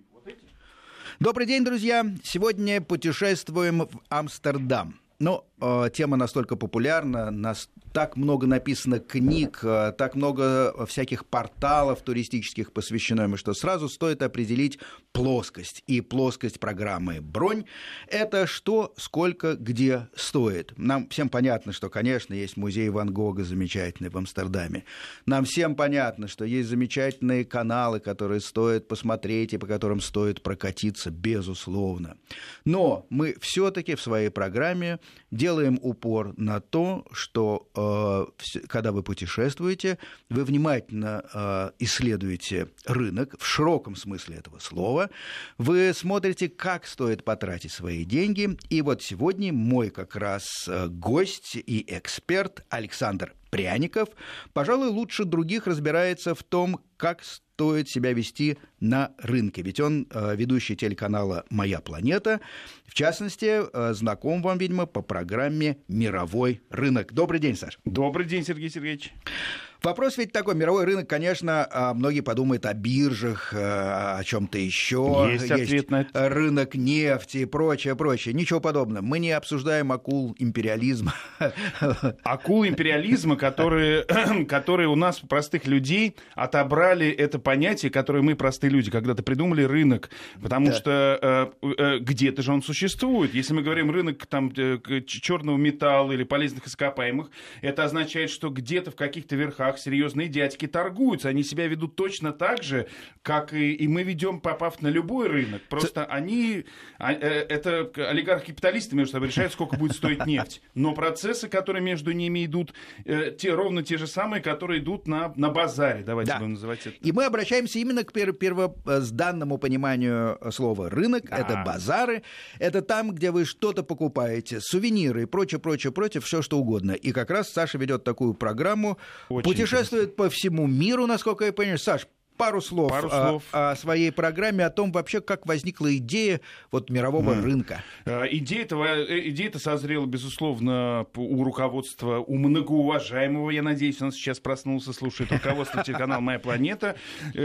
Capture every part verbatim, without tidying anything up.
Добрый день, друзья! Сегодня путешествуем в Амстердам. Но э, тема настолько популярна, нас так много написано книг, э, так много всяких порталов туристических посвящено ему, что сразу стоит определить плоскость. И плоскость программы «Бронь» — это что, сколько, где стоит. Нам всем понятно, что, конечно, есть музей Ван Гога замечательный в Амстердаме. Нам всем понятно, что есть замечательные каналы, которые стоит посмотреть и по которым стоит прокатиться, безусловно. Но мы все-таки в своей программе делаем упор на то, что э, когда вы путешествуете, вы внимательно э, исследуете рынок в широком смысле этого слова, вы смотрите, как стоит потратить свои деньги. И вот сегодня мой как раз гость и эксперт Александр Пряников, пожалуй, лучше других разбирается в том, как стоит себя вести на рынке. Ведь он э, ведущий телеканала «Моя планета». В частности, э, знаком вам, видимо, по программе «Мировой рынок». Добрый день, Саш. Добрый день, Сергей Сергеевич. Вопрос ведь такой. Мировой рынок, конечно, многие подумают о биржах, о чем-то еще. Есть, есть ответ на это. Рынок нефти и прочее, прочее. Ничего подобного. Мы не обсуждаем акул империализма. Акул империализма, которые, которые у нас, простых людей, отобрали это понятие, которое мы, простые люди, когда-то придумали, рынок. Потому да. что э, э, где-то же он существует. Если мы говорим рынок там, черного металла или полезных ископаемых, это означает, что где-то в каких-то верхах серьезные дядьки торгуются. Они себя ведут точно так же, как и, и мы ведем, попав на любой рынок. Просто Ц... они... А, э, это олигархи-капиталисты между собой решают, сколько будет стоить нефть. Но процессы, которые между ними идут, э, те, ровно те же самые, которые идут на, на базаре. Давайте да. будем называть это. И мы обращаемся именно к пер- первозданному пониманию слова «рынок». Да. Это базары. Это там, где вы что-то покупаете, сувениры и прочее, прочее, прочее, все что угодно. И как раз Саша ведет такую программу. Очень путешествует по всему миру, насколько я понимаю. Саш, пару слов, пару о, слов. о своей программе, о том вообще, как возникла идея вот, мирового mm. рынка. Идея-то, идея-то созрела, безусловно, у руководства, у многоуважаемого, я надеюсь, он сейчас проснулся, слушает руководство телеканала «Моя планета».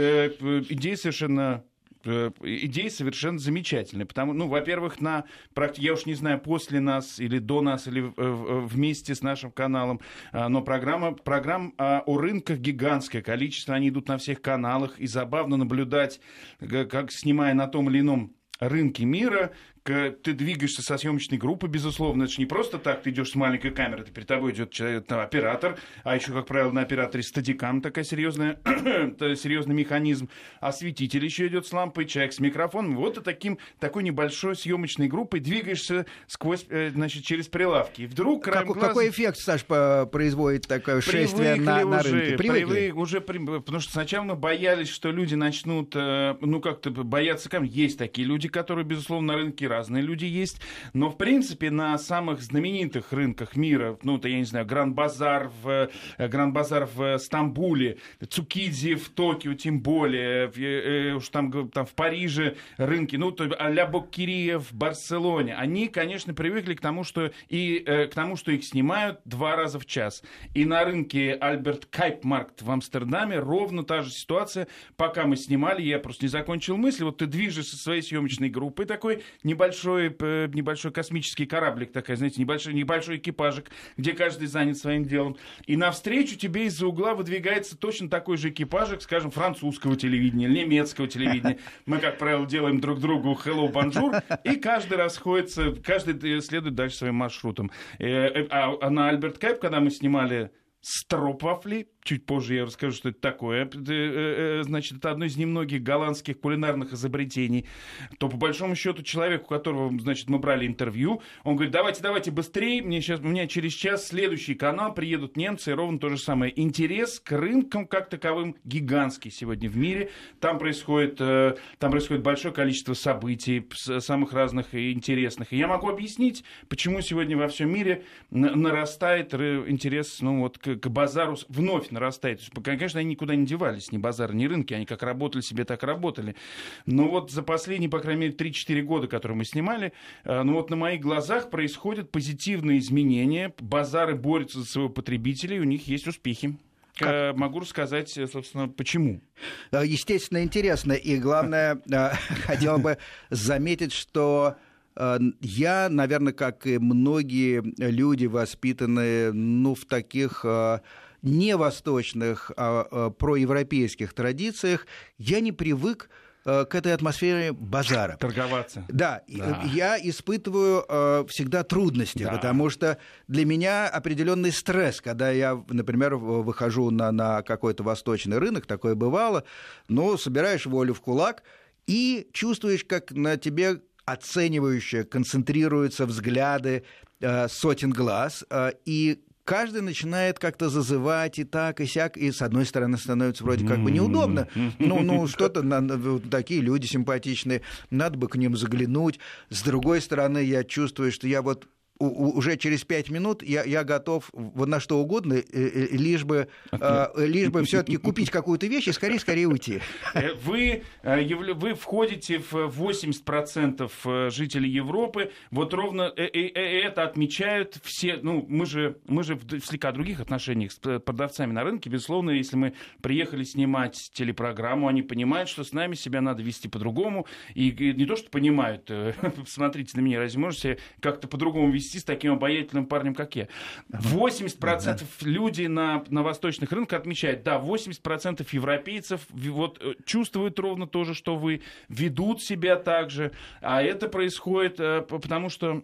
Идея совершенно... Идея совершенно замечательная, потому, ну, во-первых, на практике, я уж не знаю, после нас или до нас, или вместе с нашим каналом, но программа, программ о рынках гигантское количество, они идут на всех каналах, и забавно наблюдать, как, снимая на том или ином рынке мира, ты двигаешься со съемочной группы, безусловно, это же не просто так, ты идешь с маленькой камерой, ты перед тобой идет человек, оператор, а еще, как правило, на операторе стадикам такая серьезная, серьезный механизм, осветитель еще идет с лампой, человек с микрофоном, вот и таким, такой небольшой съемочной группой двигаешься сквозь, значит, через прилавки. И вдруг как, глаз... Какой эффект, Саш, производит такое шествие на, на рынке? Привыкли? Привыкли уже, потому что сначала мы боялись, что люди начнут, ну, как-то бояться камеры. Есть такие люди, которые, безусловно, на рынке разные люди есть, но, в принципе, на самых знаменитых рынках мира, ну, то, я не знаю, Гранд-базар в, Гранд-базар в Стамбуле, Цукидзи в Токио, тем более, в, э, уж там, там в Париже рынки, ну, то а-ля Боккерия в Барселоне, они, конечно, привыкли к тому, что, и, э, к тому, что их снимают два раза в час. И на рынке Альберт Кайпмаркт в Амстердаме ровно та же ситуация, пока мы снимали, я просто не закончил мысль, вот ты движешься со своей съемочной группой такой, Небольшой, небольшой космический кораблик, такой, знаете, небольшой, небольшой экипажик, где каждый занят своим делом. И навстречу тебе из-за угла выдвигается точно такой же экипажик, скажем, французского телевидения, немецкого телевидения. Мы, как правило, делаем друг другу hello, bonjour, и каждый расходится, каждый следует дальше своим маршрутом. А на Альберт Кайп, когда мы снимали стропвафли, чуть позже я расскажу, что это такое. Значит, это одно из немногих голландских кулинарных изобретений. То, по большому счету, человек, у которого, значит, мы брали интервью, он говорит, давайте, давайте быстрее, мне сейчас, у меня через час следующий канал, приедут немцы, и ровно то же самое. Интерес к рынкам как таковым гигантский сегодня в мире. Там происходит, там происходит большое количество событий, самых разных и интересных. И я могу объяснить, почему сегодня во всем мире нарастает интерес, ну, вот, к, к базару вновь нарастает. Конечно, они никуда не девались, ни базары, ни рынки, они как работали себе, так и работали. Но вот за последние, по крайней мере, три-четыре года, которые мы снимали, ну вот на моих глазах происходят позитивные изменения, базары борются за своего потребителя, и у них есть успехи. как? Могу рассказать, собственно, почему. Естественно, интересно. И главное, хотел бы заметить, что я, наверное, как и многие люди, воспитанные ну, в таких не восточных, а проевропейских традициях, я не привык к этой атмосфере базара. Торговаться. Да, да. Я испытываю э, всегда трудности, да. Потому что для меня определенный стресс, когда я, например, выхожу на, на какой-то восточный рынок, такое бывало, но собираешь волю в кулак и чувствуешь, как на тебе оценивающе концентрируются взгляды э, сотен глаз, э, и каждый начинает как-то зазывать и так, и сяк, и с одной стороны становится вроде как бы неудобно. Ну, ну что-то, на, такие люди симпатичные, надо бы к ним заглянуть. С другой стороны, я чувствую, что я вот уже через пять минут я, я готов вот на что угодно, лишь бы, лишь бы все-таки купить какую-то вещь и скорее-скорее уйти. Вы, вы входите в восемьдесят процентов жителей Европы. Вот ровно это отмечают все. Ну, мы же, мы же в слегка других отношениях с продавцами на рынке. Безусловно, если мы приехали снимать телепрограмму, они понимают, что с нами себя надо вести по-другому. И не то, что понимают, смотрите на меня, разве можете как-то по-другому вести с таким обаятельным парнем, как я. восемьдесят процентов люди на, на восточных рынках отмечают, да, восемьдесят процентов европейцев вот, чувствуют ровно то же, что вы, ведут себя так же, а это происходит потому что...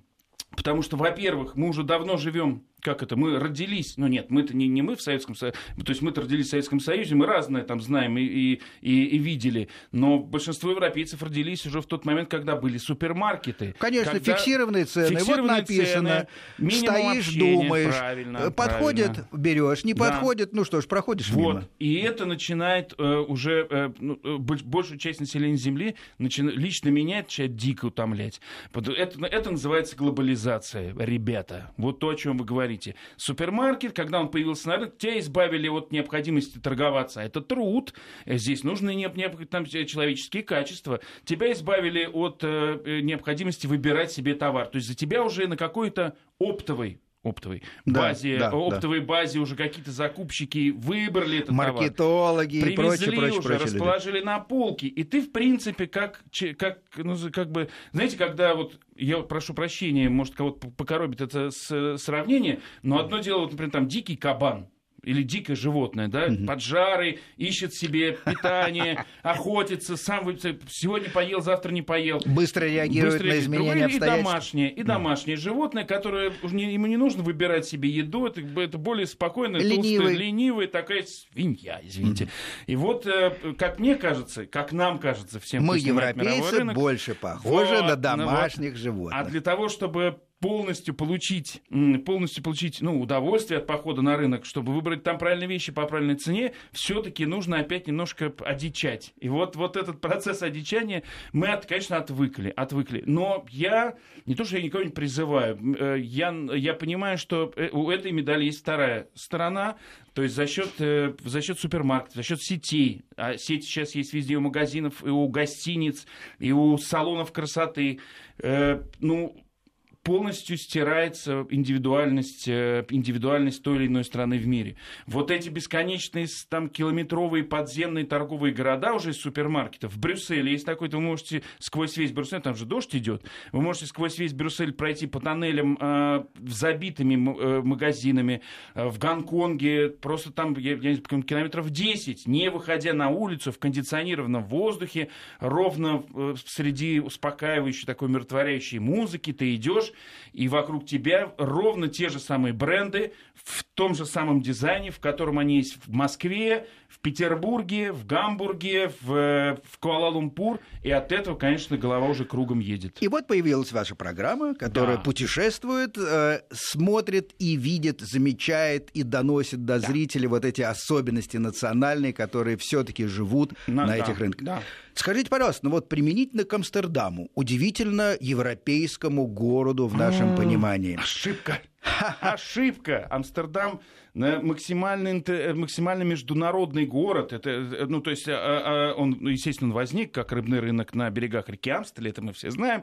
Потому что, во-первых, мы уже давно живем, как это, мы родились, ну нет, мы-то не, не мы в Советском Союзе, то есть мы-то родились в Советском Союзе, мы разное там знаем и, и, и, и видели, но большинство европейцев родились уже в тот момент, когда были супермаркеты. Конечно, фиксированные цены, фиксированные вот написано, цены, стоишь, думаешь, правильно, подходит, правильно. Берешь, не да. подходит, ну что ж, проходишь вот. Мимо. И это начинает э, уже, э, ну, большую часть населения Земли начина, лично меня начинает дико утомлять. Это, это называется глобализация, ребята, вот то, о чем вы говорите. Супермаркет, когда он появился на рынке, тебя избавили от необходимости торговаться. Это труд. Здесь нужны не, не, там, человеческие качества. Тебя избавили от э, необходимости выбирать себе товар. То есть за тебя уже на какой-то оптовой оптовой да, базе, да, оптовой да. базе уже какие-то закупщики выбрали этот маркетологи товар. И прочее, привезли прочее, уже, прочее расположили люди. На полке. И ты, в принципе, как, как, ну, как бы, знаете, когда вот, я прошу прощения, может, кого-то покоробит это сравнение, но одно дело, вот, например, там дикий кабан, или дикое животное, да, mm-hmm. поджарый, ищет себе питание, охотится, сам сегодня поел, завтра не поел. Быстро реагирует Быстро на изменения обстоятельств. И домашнее, и домашнее mm-hmm. животное, которое ему не нужно выбирать себе еду, это, это более спокойное, толстое, ленивая такая свинья, извините. Mm-hmm. И вот, как мне кажется, как нам кажется, всем, мы, европейцы, рынок, больше похожи вот, на домашних вот, животных. А для того, чтобы полностью получить, полностью получить ну, удовольствие от похода на рынок, чтобы выбрать там правильные вещи по правильной цене, все-таки нужно опять немножко одичать. И вот, вот этот процесс одичания мы, от, конечно, отвыкли, отвыкли. Но я, не то, что я никого не призываю, я, я понимаю, что у этой медали есть вторая сторона, то есть за счет, за счет супермаркетов, за счет сетей. А сеть сейчас есть везде у магазинов, и у гостиниц, и у салонов красоты. Ну, полностью стирается индивидуальность, индивидуальность той или иной страны в мире. Вот эти бесконечные там, километровые подземные торговые города уже из супермаркетов. В Брюсселе есть такой, вы можете сквозь весь Брюссель, там же дождь идет, вы можете сквозь весь Брюссель пройти по тоннелям э, забитыми э, магазинами. В Гонконге просто там я, я, километров десять, не выходя на улицу, в кондиционированном воздухе, ровно э, среди успокаивающей, такой умиротворяющей музыки ты идешь, и вокруг тебя ровно те же самые бренды в том же самом дизайне, в котором они есть в Москве, в Петербурге, в Гамбурге, в, в Куала-Лумпур. И от этого, конечно, голова уже кругом едет. И вот появилась ваша программа, которая да. путешествует, э, смотрит и видит, замечает и доносит до да. зрителей вот эти особенности национальные, которые все-таки живут на, на да. этих рынках. Да. Скажите, пожалуйста, ну вот применительно к Амстердаму, удивительно европейскому городу в нашем понимании. Ошибка. Ошибка. Амстердам максимально, максимально международный город. Это, ну, то есть он, естественно, возник как рыбный рынок на берегах реки Амстель, это мы все знаем.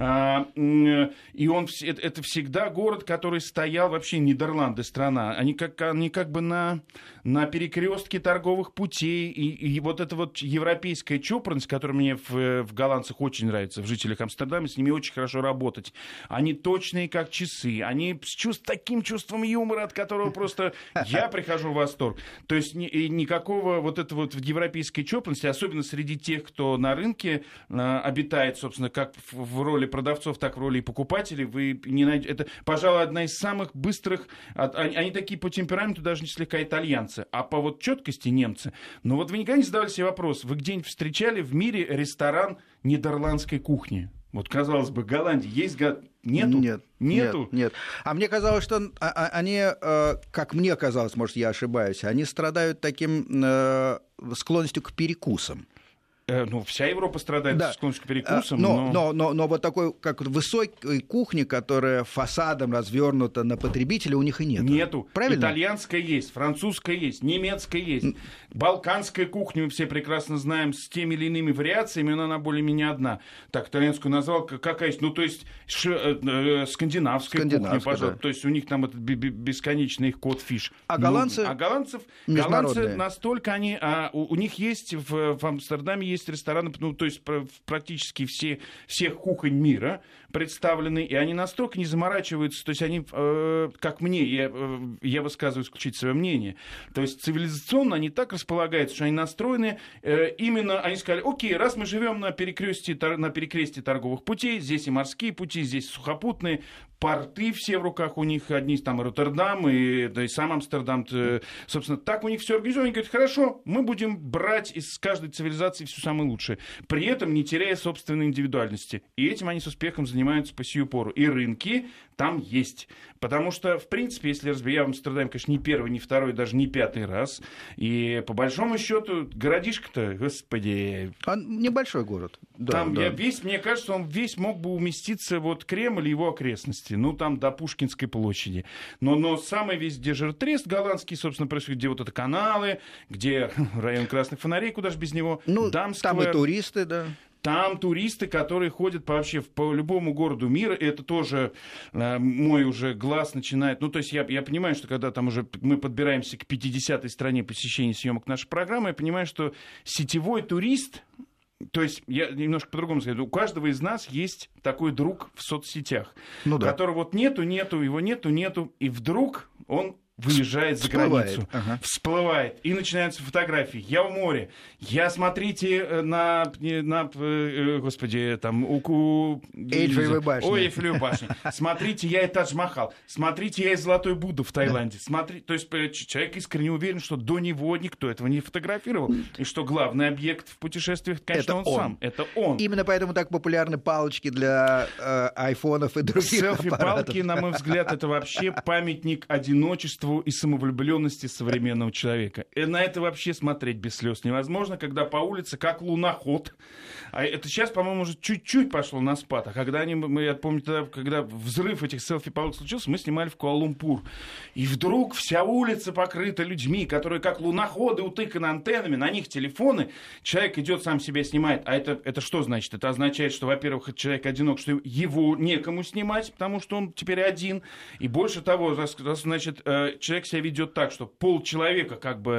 И он, это всегда город, который стоял вообще Нидерланды страна. Они как, они как бы на, на перекрестке торговых путей. И, и вот эта вот европейская чопорность, которая мне в, в голландцах очень нравится, в жителях Амстердама, с ними очень хорошо работать. Они точные, как часы. Они с чувств, таким чувством юмора, от которого просто я прихожу в восторг. То есть ни, никакого вот этого вот европейской чопорности, особенно среди тех, кто на рынке э, обитает, собственно, как в, в роли продавцов, так в роли и покупателей, вы не найдете. Это, пожалуй, одна из самых быстрых. От, они, они такие по темпераменту даже не слегка итальянцы, а по вот четкости немцы. Но вот вы никогда не задавали себе вопрос, вы где-нибудь встречали в мире ресторан нидерландской кухни? Вот, казалось бы, Голландия есть... Нету? Нет. Нету? Нет, нет. А мне казалось, что они, как мне казалось, может, я ошибаюсь, они страдают таким склонностью к перекусам. Ну, вся Европа страдает да. склонностью к перекусам. Но, но... Но, но, но вот такой, как высокой кухни, которая фасадом развернута на потребителя, у них и нет. Нету. Правильно? Итальянская есть, французская есть, немецкая есть. Балканская кухня, мы все прекрасно знаем, с теми или иными вариациями, но она более-менее одна. Так, итальянскую назвал, какая есть? Ну, то есть ш, э, скандинавская, скандинавская кухня, пожалуйста. Да. То есть у них там этот бесконечный их код-фиш. А голландцы? Ну, а голландцев, голландцы настолько они... А, у, у них есть в, в Амстердаме есть рестораны, ну, то есть практически все, всех кухонь мира представлены, и они настолько не заморачиваются, то есть они, э, как мне, я, э, я высказываю исключительно свое мнение, то есть цивилизационно они так располагаются, что они настроены, э, именно, они сказали, окей, раз мы живем на перекрестии, на перекрестии торговых путей, здесь и морские пути, здесь сухопутные, порты все в руках у них, одни там Роттердам, и, да, и сам Амстердам, собственно, так у них все организовано. Они говорят, хорошо, мы будем брать из каждой цивилизации все самое лучшее, при этом не теряя собственной индивидуальности. И этим они с успехом занимаются по сию пору. И рынки там есть. Потому что, в принципе, если разбирать, я в Амстердаме, конечно, не первый, не второй, даже не пятый раз. И по большому счету, городишко-то, господи... Он небольшой город. Да, там да. Я весь, мне кажется, он весь мог бы уместиться, вот Кремль и его окрестности. Ну, там до Пушкинской площади. Но, но самый весь, где Жертрест голландский, собственно, происходит, где вот это каналы, где район Красных Фонарей, куда же без него, ну, Дамского... Там и туристы, да. Там туристы, которые ходят по, вообще по любому городу мира, это тоже э, мой уже глаз начинает... Ну, то есть я, я понимаю, что когда там уже мы подбираемся к пятидесятой стране посещения съемок нашей программы, я понимаю, что сетевой турист... То есть, я немножко по-другому скажу, у каждого из нас есть такой друг в соцсетях, ну, да. которого вот нету, нету, его нету, нету, и вдруг он выезжает за границу, ага. всплывает, и начинаются фотографии. Я в море, я, смотрите, на, на господи, там, у... Эйфелевой башни. Ой, Эйфелевой башни. Смотрите, я и Тадж-Махал. Смотрите, я и Золотой Будда в Таиланде. Смотри, то есть человек искренне уверен, что до него никто этого не фотографировал, и что главный объект в путешествиях, конечно, это он, он сам. Это он. Именно поэтому так популярны палочки для э, айфонов и других аппаратов. Селфи-палки, на мой взгляд, это вообще памятник одиночеству и самовлюбленности современного человека. И на это вообще смотреть без слез невозможно, когда по улице как луноход. А это сейчас, по-моему, уже чуть-чуть пошло на спад. А когда они, мы, я помню, тогда, когда взрыв этих селфи-палок случился, мы снимали в Куала-Лумпур. И вдруг вся улица покрыта людьми, которые как луноходы утыканы антеннами, на них телефоны. Человек идет, сам себя снимает. А это, это что значит? Это означает, что, во-первых, человек одинок, что его некому снимать, потому что он теперь один. И больше того, значит, человек себя ведет так, что полчеловека как бы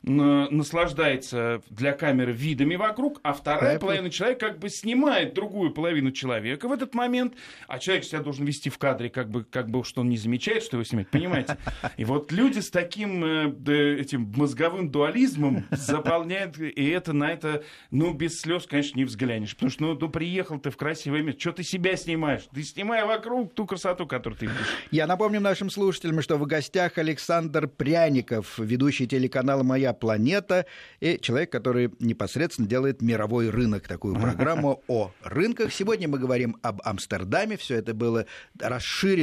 наслаждается для камеры видами вокруг, а вторая это... половина человека как бы снимает другую половину человека в этот момент, а человек себя должен вести в кадре, как бы, как бы что он не замечает, что его снимает, понимаете? И вот люди с таким этим мозговым дуализмом заполняют, и это на это, ну, без слез, конечно, не взглянешь, потому что, ну, ну приехал ты в красивое место, что ты себя снимаешь? Ты снимай вокруг ту красоту, которую ты видишь. Я напомню нашим слушателям, что в гостях Александр Пряников, ведущий телеканала «Моя планета», и человек, который непосредственно делает «Мировой рынок», такую программу о рынках. Сегодня мы говорим об Амстердаме. Все это было расширенной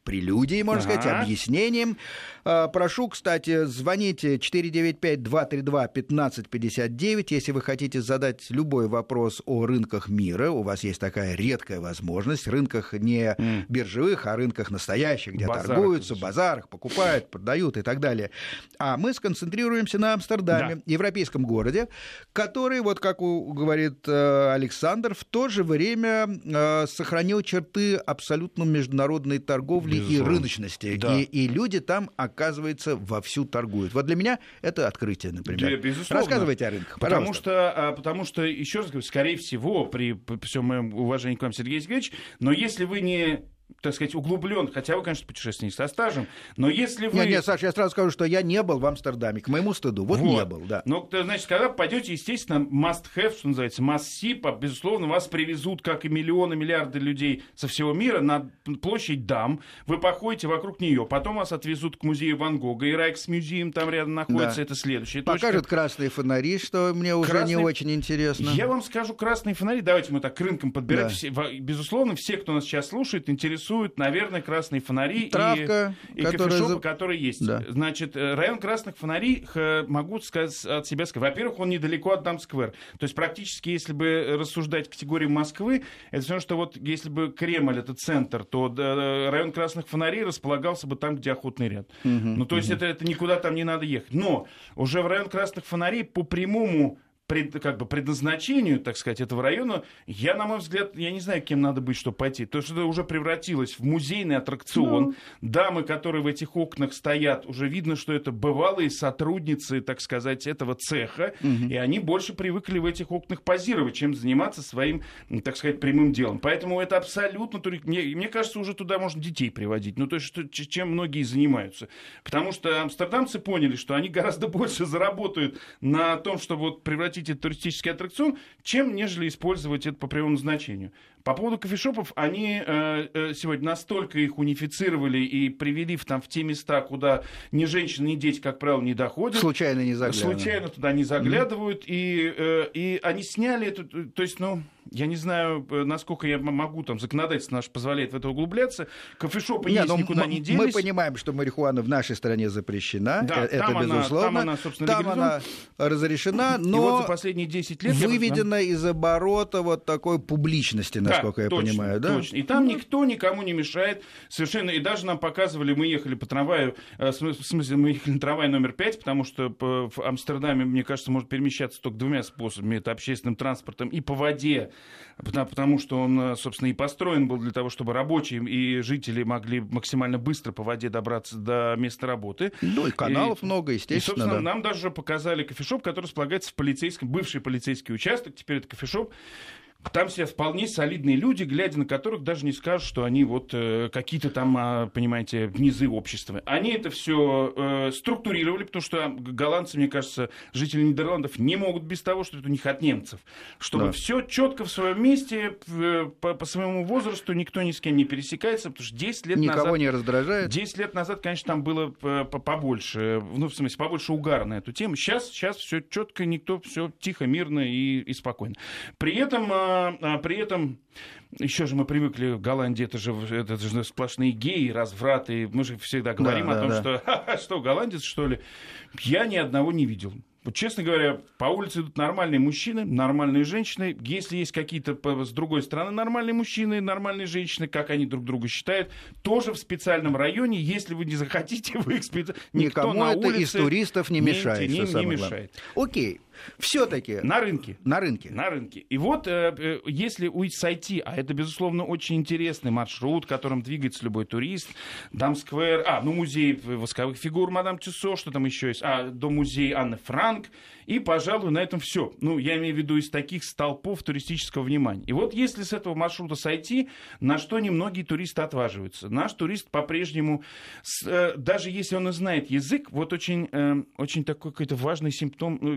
прелюдией, можно ага. сказать, объяснением. Прошу, кстати, звоните четыре девять пять два три два пятнадцать пятьдесят девять, если вы хотите задать любой вопрос о рынках мира. У вас есть такая редкая возможность. Рынках не mm. биржевых, а рынках настоящих, где базарах, торгуются, в базарах, покупают, продают и так далее. А мы сконцентрируемся на Амстердаме, да. европейском городе, который, вот как говорит Александр, в то же время сохранил черты абсолютно международной торговли Безусловно. И рыночности. Да. И, и люди там, оказывается, вовсю торгуют. Вот для меня это открытие, например. Безусловно. Рассказывайте о рынках, потому что, потому что, еще раз говорю, скорее всего, при, при всем моем уважении к вам, Сергей Сергеевич, но если вы не... так сказать, углублен, хотя вы, конечно, путешественник со стажем, но если вы... Нет, нет, Саша, я сразу скажу, что я не был в Амстердаме, к моему стыду, вот, вот. не был, да. Ну, значит, когда попадете, естественно, must-have, что называется, must-see, безусловно, вас привезут, как и миллионы, миллиарды людей со всего мира, на площадь Дам, вы походите вокруг нее, потом вас отвезут к музею Ван Гога, и Райксмюзеум там рядом находится, да. это следующее. Покажут точка. Красные фонари, что мне уже Красный... не очень интересно. Я вам скажу, красные фонари, давайте мы так к рынкам подбираем. Да. Все, безусловно, все, кто нас сейчас слушает, интересуют, наверное, красные фонари Травка, и, и кофешопы, за... которые есть. Да. Значит, район красных фонарей, могу сказать от себя, сказать, во-первых, он недалеко от Дамсквер. То есть практически, если бы рассуждать категории Москвы, это все, что вот если бы Кремль это центр, то район красных фонарей располагался бы там, где Охотный ряд. Угу, ну, то есть угу. это, это никуда там не надо ехать. Но уже в район красных фонарей по прямому Пред, как бы предназначению, так сказать, этого района, я, на мой взгляд, я не знаю, кем надо быть, чтобы пойти. То, что это уже превратилось в музейный аттракцион. Ну. Дамы, которые в этих окнах стоят, уже видно, что это бывалые сотрудницы, так сказать, этого цеха, угу. и они больше привыкли в этих окнах позировать, чем заниматься своим, так сказать, прямым делом. Поэтому это абсолютно... Мне, мне кажется, уже туда можно детей приводить. Ну, то есть, что, чем многие занимаются. Потому что амстердамцы поняли, что они гораздо больше заработают на том, чтобы вот превратить это туристический аттракцион, чем нежели использовать это по прямому назначению. По поводу кофешопов, они э, э, сегодня настолько их унифицировали и привели в, там, в те места, куда ни женщины, ни дети, как правило, не доходят. Случайно не заглядывают. Случайно туда не заглядывают. Mm-hmm. И, э, и они сняли эту... То есть, ну... Я не знаю, насколько я могу, там, законодательство наше позволяет в это углубляться. Кофешопы есть, никуда не делись. Мы понимаем, что марихуана в нашей стране запрещена. Да, это там безусловно. Она, там она, собственно, там она разрешена, но и вот за последние десять лет выведена из оборота вот такой публичности, насколько да, я точно, понимаю. Да? Точно. И там никто никому не мешает совершенно. И даже нам показывали, мы ехали по трамваю, в смысле, мы ехали на трамвай номер пять, потому что в Амстердаме, мне кажется, может перемещаться только двумя способами. Это общественным транспортом и по воде. Потому что он, собственно, и построен был для того, чтобы рабочие и жители могли максимально быстро по воде добраться до места работы. Ну, и каналов и, много, естественно. И, собственно, да. нам даже показали кофешоп, который располагается в полицейском, бывший полицейский участок, теперь это кофешоп. Там все вполне солидные люди, глядя на которых даже не скажут, что они вот э, какие-то там, понимаете, низы общества. Они это все э, структурировали, потому что голландцы, мне кажется, жители Нидерландов не могут без того, что это у них от немцев. Чтобы да. все четко в своем месте, э, по, по своему возрасту, никто ни с кем не пересекается, потому что десять лет Никого назад... Никого не раздражает. десять лет назад, конечно, там было побольше, ну, в смысле, побольше угара на эту тему. Сейчас, сейчас все четко, никто, все тихо, мирно и, и спокойно. При этом... А при этом, еще же мы привыкли, в Голландии это же, это же сплошные геи, развраты. Мы же всегда говорим да, о да, том, да. что ха-ха, что, голландец, что ли? Я ни одного не видел. Вот, честно говоря, по улице идут нормальные мужчины, нормальные женщины. Если есть какие-то, с другой стороны, нормальные мужчины, нормальные женщины, как они друг друга считают, тоже в специальном районе, если вы не захотите, вы их специально... Никому на это улице из туристов не мешает. Не, не, не мешает. Окей. Все-таки на рынке. На рынке. На рынке. И вот, э, если сойти, а это, безусловно, очень интересный маршрут, которым двигается любой турист, Дамсквер, а, ну, музей восковых фигур Мадам Тюссо, что там еще есть, а, до музея Анны Франк, и, пожалуй, на этом все. Ну, я имею в виду из таких столпов туристического внимания. И вот если с этого маршрута сойти, на что немногие туристы отваживаются. Наш турист по-прежнему, э, даже если он и знает язык, вот очень, э, очень такой какой-то важный симптом, какой-то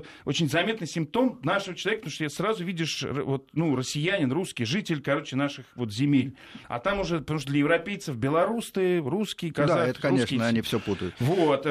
это очень заметный симптом нашего человека, потому что я сразу видишь, вот, ну, россиянин, русский, житель, короче, наших вот земель. А там уже, потому что для европейцев белорусы, русские, казахи, да, это, конечно, русские, они все путают. Вот.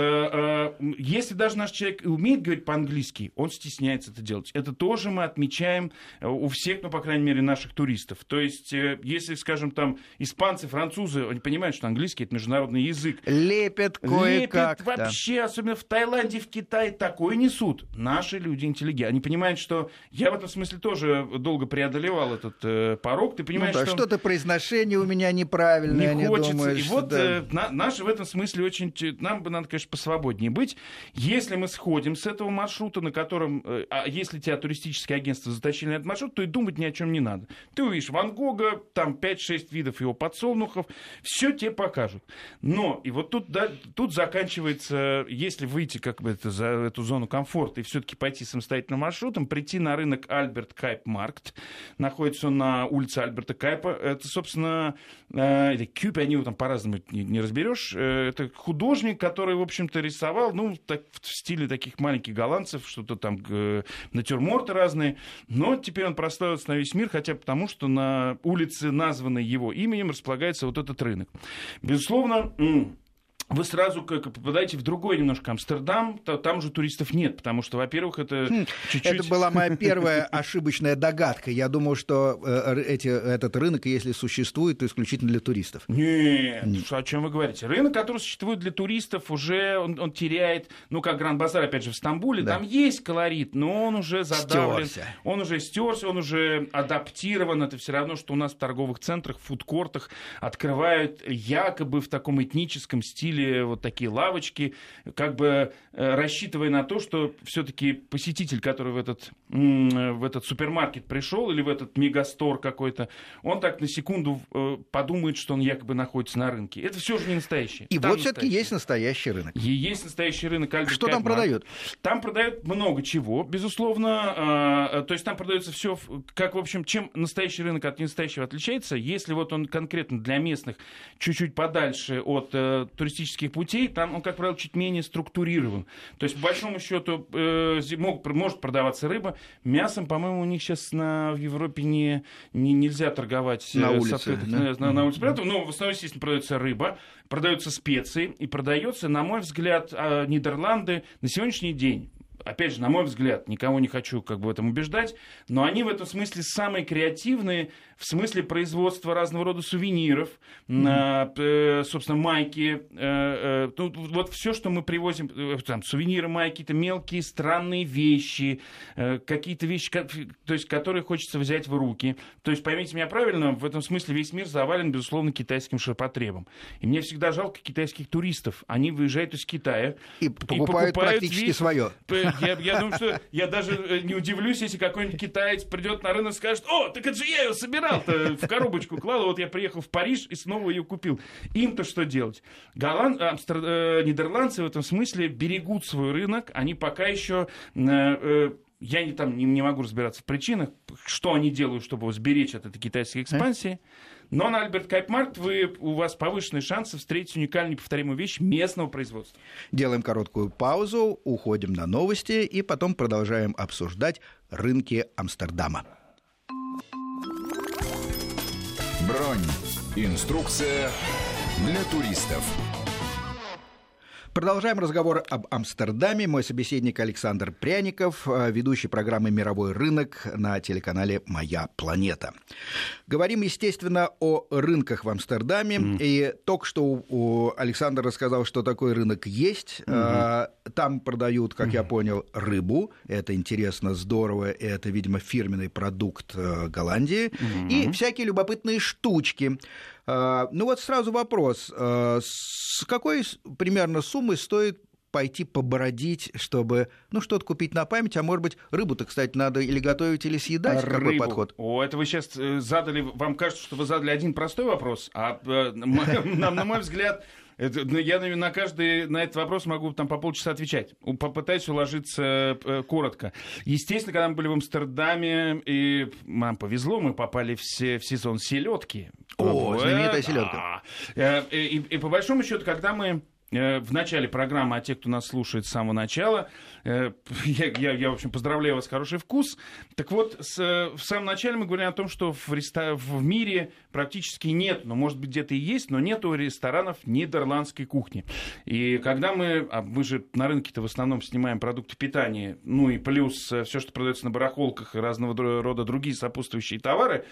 Если даже наш человек умеет говорить по-английски, он стесняется это делать. Это тоже мы отмечаем у всех, ну, по крайней мере, наших туристов. То есть, если, скажем, там, испанцы, французы, они понимают, что английский — это международный язык. Лепят кое-как. Лепят вообще, да. Особенно в Таиланде, в Китае, такое несут. Наши люди интеллигентные. Они понимают, что я в этом смысле тоже долго преодолевал этот э, порог. Ты понимаешь, ну, да, что... что-то произношение у меня неправильное, не хочется. Думаешь, и вот да. э, на, наши в этом смысле очень... Нам бы надо, конечно, посвободнее быть. Если мы сходим с этого маршрута, на котором... Э, а если тебя туристические агентства затащили на этот маршрут, то и думать ни о чем не надо. Ты увидишь Ван Гога, там пять-шесть видов его подсолнухов, все тебе покажут. Но, и вот тут, да, тут заканчивается, если выйти как бы это, за эту зону комфорта и все-таки пойти самостоятельным маршрутом, прийти на рынок Альберт Кайп Маркт, находится он на улице Альберта Кайпа, это, собственно, э, или Кюпи, они его там по-разному не, не разберешь, э, это художник, который, в общем-то, рисовал, ну, так, в стиле таких маленьких голландцев, что-то там, э, натюрморты разные, но теперь он прославился на весь мир, хотя потому, что на улице, названной его именем, располагается вот этот рынок. Безусловно, вы сразу как попадаете в другой немножко Амстердам, там же туристов нет, потому что, во-первых, это хм, чуть-чуть... Это была моя первая ошибочная догадка. Я думал, что эти, этот рынок, если существует, то исключительно для туристов. Нет, нет. О чем вы говорите? Рынок, который существует для туристов, уже он, он теряет, ну, как Гранд-базар, опять же, в Стамбуле, да. Там есть колорит, но он уже задавлен, стерся. он уже стерся, он уже адаптирован. Это все равно, что у нас в торговых центрах, в фудкортах открывают якобы в таком этническом стиле вот такие лавочки, как бы э, рассчитывая на то, что все-таки посетитель, который в этот, м- в этот супермаркет пришел или в этот мегастор какой-то, он так на секунду э, подумает, что он якобы находится на рынке. Это все же не настоящее. И там вот все-таки есть настоящий рынок. И есть настоящий рынок. Альберт Что там продают? Там продают много чего, безусловно. Э, то есть там продается все, как, в общем, чем настоящий рынок от ненастоящего отличается. Если вот он конкретно для местных чуть-чуть подальше от э, туристических путей, там он, как правило, чуть менее структурирован. То есть, по большому счету, э, мог, может продаваться рыба. Мясом, по-моему, у них сейчас на, в Европе не, не, нельзя торговать на улице. Да? На, на улице. Но в основном, естественно, продается рыба, продаются специи и продается, на мой взгляд, Нидерланды на сегодняшний день. Опять же, на мой взгляд, никого не хочу как бы в этом убеждать, но они в этом смысле самые креативные в смысле производства разного рода сувениров, mm-hmm. собственно, майки, вот все, что мы привозим, там, сувениры, майки, какие-то мелкие странные вещи, какие-то вещи, то есть, которые хочется взять в руки. То есть, поймите меня правильно, в этом смысле весь мир завален, безусловно, китайским ширпотребом. И мне всегда жалко китайских туристов. Они выезжают из Китая и покупают, и покупают практически весь... свое. Я, я думаю, что я даже не удивлюсь, если какой-нибудь китаец придет на рынок и скажет: о, так это же я ее собирал-то, в коробочку клал, вот я приехал в Париж и снова ее купил. Им-то что делать? Голланд... Амстер... Нидерландцы в этом смысле берегут свой рынок, они пока еще... Я не, там, не, не могу разбираться в причинах, что они делают, чтобы его сберечь от этой китайской экспансии. Но на Альберт Кайп Маркт вы, у вас повышенные шансы встретить уникальную неповторимую вещь местного производства. Делаем короткую паузу, уходим на новости и потом продолжаем обсуждать рынки Амстердама. Бронь. Инструкция для туристов. Продолжаем разговор об Амстердаме. Мой собеседник Александр Пряников, ведущий программы «Мировой рынок» на телеканале «Моя планета». Говорим, естественно, о рынках в Амстердаме. Mm. И только что Александр рассказал, что такой рынок есть. Mm-hmm. Там продают, как mm-hmm. я понял, рыбу. Это интересно, здорово. Это, видимо, фирменный продукт Голландии. Mm-hmm. И всякие любопытные штучки. Ну вот сразу вопрос. С какой примерно суммы стоит пойти побродить, чтобы, ну, что-то купить на память, а может быть, рыбу-то, кстати, надо или готовить, или съедать? Рыбу. Какой подход? О, это вы сейчас задали, вам кажется, что вы задали один простой вопрос, а на мой взгляд... Это, я на каждый на этот вопрос могу там по полчаса отвечать. Попытаюсь уложиться э, коротко. Естественно, когда мы были в Амстердаме, и нам повезло, мы попали в, се, в сезон селедки. О, знаменитая селедка. Да. И, и, и по большому счету, когда мы в начале программы, а те, кто нас слушает с самого начала, я, я, я в общем, поздравляю вас, хороший вкус. Так вот, с, в самом начале мы говорим о том, что в, реста... в мире практически нет, ну, может быть, где-то и есть, но нету ресторанов нидерландской кухни. И когда мы, а мы же на рынке-то в основном снимаем продукты питания, ну и плюс все, что продается на барахолках и разного рода другие сопутствующие товары,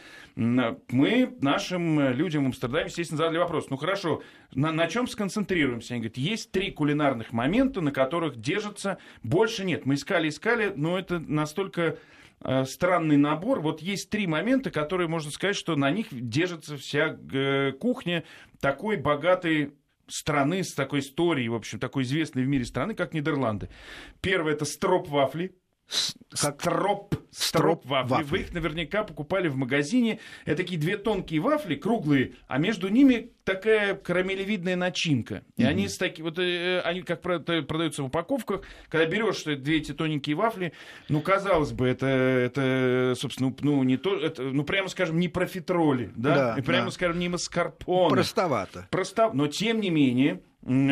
мы нашим людям в Амстердаме, естественно, задали вопрос, ну хорошо, на, на чем сконцентрируемся? Они говорят, есть три кулинарных момента, на которых держатся, больше нет. Мы искали-искали, но это настолько э, странный набор. Вот есть три момента, которые, можно сказать, что на них держится вся э, кухня такой богатой страны, с такой историей, в общем, такой известной в мире страны, как Нидерланды. Первое — это строп-вафли. Как... Строп, строп вафли. вафли. Вы их наверняка покупали в магазине. Это такие две тонкие вафли, круглые, а между ними такая карамелевидная начинка. И mm-hmm. они, с таки, вот, э, они как продаются в упаковках. Когда берешь две эти тоненькие вафли, ну, казалось бы, это, это собственно, ну, не то, это, ну, прямо скажем, не профитроли, да? Да, и прямо да. скажем, не маскарпоне. Простовато. Просто... Но, тем не менее...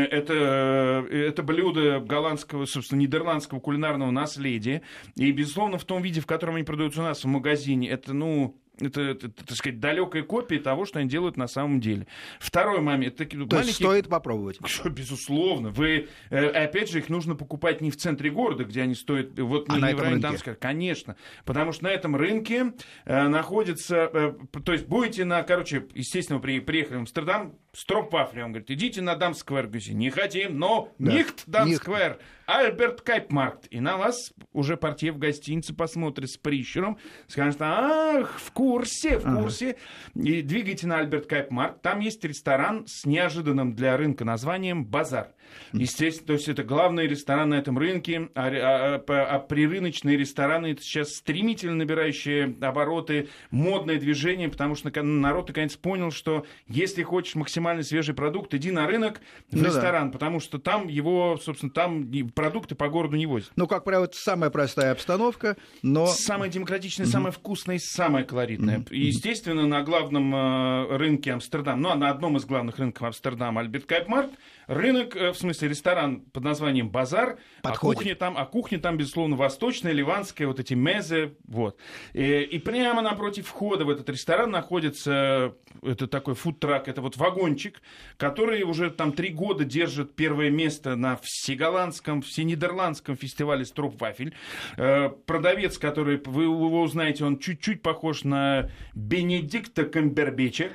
Это, это блюдо голландского, собственно, нидерландского кулинарного наследия. И, безусловно, в том виде, в котором они продаются у нас в магазине, это, ну... Это, это, это, так сказать, далекая копия того, что они делают на самом деле. Второй момент. Это То маленькие... есть стоит попробовать. Что, безусловно. Вы, э, опять же, их нужно покупать не в центре города, где они стоят... Вот, а не на в этом районе рынке? Дамского. Конечно. Потому что на этом рынке э, находится... Э, то есть будете на... Короче, естественно, вы при, приехали в Амстердам, строп-вафли. Он говорит, идите на Дамсквер. Не хотим, но да. нихт Дамсквер. Альберт Кайпмаркт. И на вас уже портье в гостинице посмотрит с прищуром, скажет, ах, в курсе, в курсе. Ага. И двигайте на Альберт Кайпмаркт. Там есть ресторан с неожиданным для рынка названием «Базар». Естественно, то есть это главный ресторан на этом рынке, а, а, а, а прирыночные рестораны — это сейчас стремительно набирающие обороты, модное движение, потому что народ наконец понял, что если хочешь максимально свежий продукт, иди на рынок, в ну ресторан, да. потому что там его, собственно, там продукты по городу не возят. Ну, как правило, это самая простая обстановка, но... Самая демократичная, mm-hmm. самая вкусная и самая колоритная. Mm-hmm. И, естественно, на главном э, рынке Амстердама, ну, а на одном из главных рынков Амстердама, Альберт Кайпмаркт, рынок, э, в смысле ресторан под названием «Базар», а кухня, там, а кухня там, безусловно, восточная, ливанская, вот эти мезе, вот. И, и прямо напротив входа в этот ресторан находится, это такой фудтрак, это вот вагончик, который уже там три года держит первое место на всеголландском, всенидерландском фестивале «Строп-вафель». Э, продавец, который, вы его узнаете, он чуть-чуть похож на Бенедикта Камбербэтча.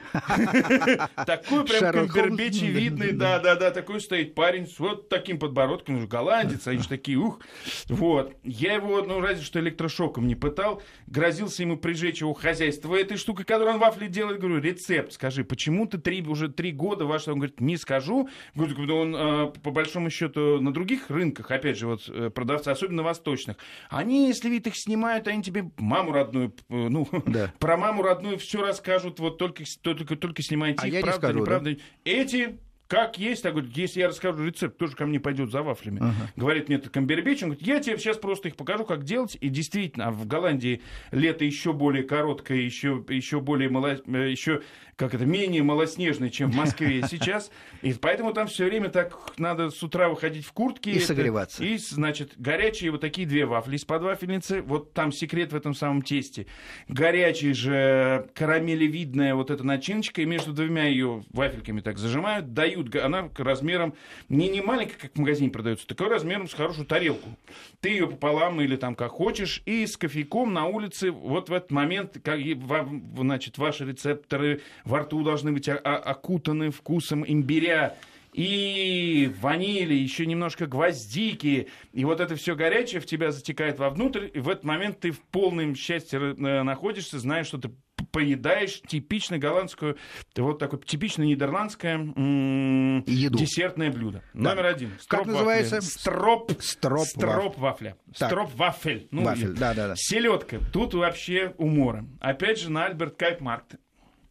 Такой прям Камбербэтч видный, да-да-да, такой стоит парень с вот таким подбородком, уже голландец, они же такие, ух. Вот. Я его, ну, разве что электрошоком не пытал, грозился ему прижечь его хозяйство этой штукой, которую он вафли делает. Говорю, рецепт скажи, почему ты три, уже три года ваш? Он говорит, не скажу. Говорю, он, по большому счету, на других рынках, опять же, вот продавцы, особенно восточных, они, если вид их снимают, они тебе маму родную, ну, да. про маму родную все расскажут, вот только, только, только снимайте а их, я правда, не скажу, неправда. Да? Эти... Как есть, так говорит, если я расскажу рецепт, тоже ко мне пойдет за вафлями. Uh-huh. Говорит мне этот Камбербэтч, он говорит, я тебе сейчас просто их покажу, как делать. И действительно, в Голландии лето еще более короткое, еще, еще более мало, еще, как это, менее малоснежное, чем в Москве сейчас. И поэтому там все время так надо с утра выходить в куртке. И это, согреваться. И, значит, горячие вот такие две вафли из-под вафельницы. Вот там секрет в этом самом тесте. Горячая же карамелевидная вот эта начиночка, и между двумя ее вафельками так зажимают, дают. Она размером не, не маленькая, как в магазине продается, такой размером с хорошую тарелку. Ты ее пополам или там как хочешь, и с кофейком на улице вот в этот момент, как, значит, ваши рецепторы во рту должны быть окутаны вкусом имбиря и ванили, еще немножко гвоздики, и вот это все горячее в тебя затекает вовнутрь, и в этот момент ты в полном счастье находишься, знаешь, что ты поедаешь типично голландскую, вот такое типично нидерландское м- десертное блюдо. Да. Номер один. Как называется? Строп. Строп. Строп вафля. Строп вафель. Ну, вафель. Да, да, да. Селедка. Тут вообще умора. Опять же, на Альберт Кайпмаркт.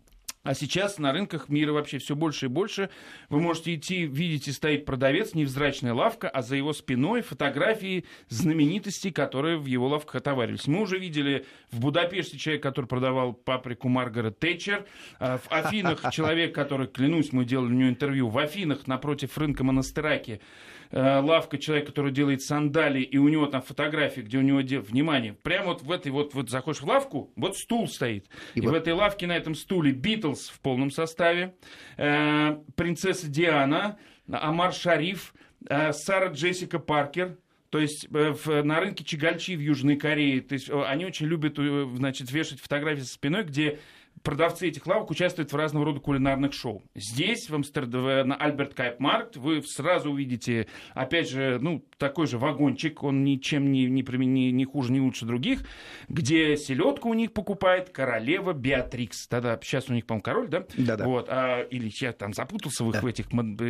А сейчас на рынках мира вообще все больше и больше. Вы можете идти, видите, стоит продавец, невзрачная лавка, а за его спиной фотографии знаменитостей, которые в его лавках отоваривались. Мы уже видели в Будапеште человека, который продавал паприку Маргарет Тэтчер. В Афинах человек, который, клянусь, мы делали у него интервью, в Афинах напротив рынка Монастыраки лавка человека, который делает сандалии, и у него там фотографии, где у него, внимание, прямо вот в этой вот, вот заходишь в лавку, вот стул стоит. И, и вот... в этой лавке на этом стуле Битлз в полном составе, э, принцесса Диана, Амар Шариф, э, Сара Джессика Паркер. То есть э, в, на рынке Чагальчи в Южной Корее, то есть, э, они очень любят, э, значит, вешать фотографии со спиной, где продавцы этих лавок участвуют в разного рода кулинарных шоу. Здесь, в Амстердаме, на Альберт Кайп-Маркт, вы сразу увидите, опять же, ну, такой же вагончик, он ничем не, не, не, не хуже, не лучше других, где селедку у них покупает королева Беатрикс. Тогда, сейчас у них, по-моему, король, да? Да-да. Вот, а, или я там запутался в их, да. в этих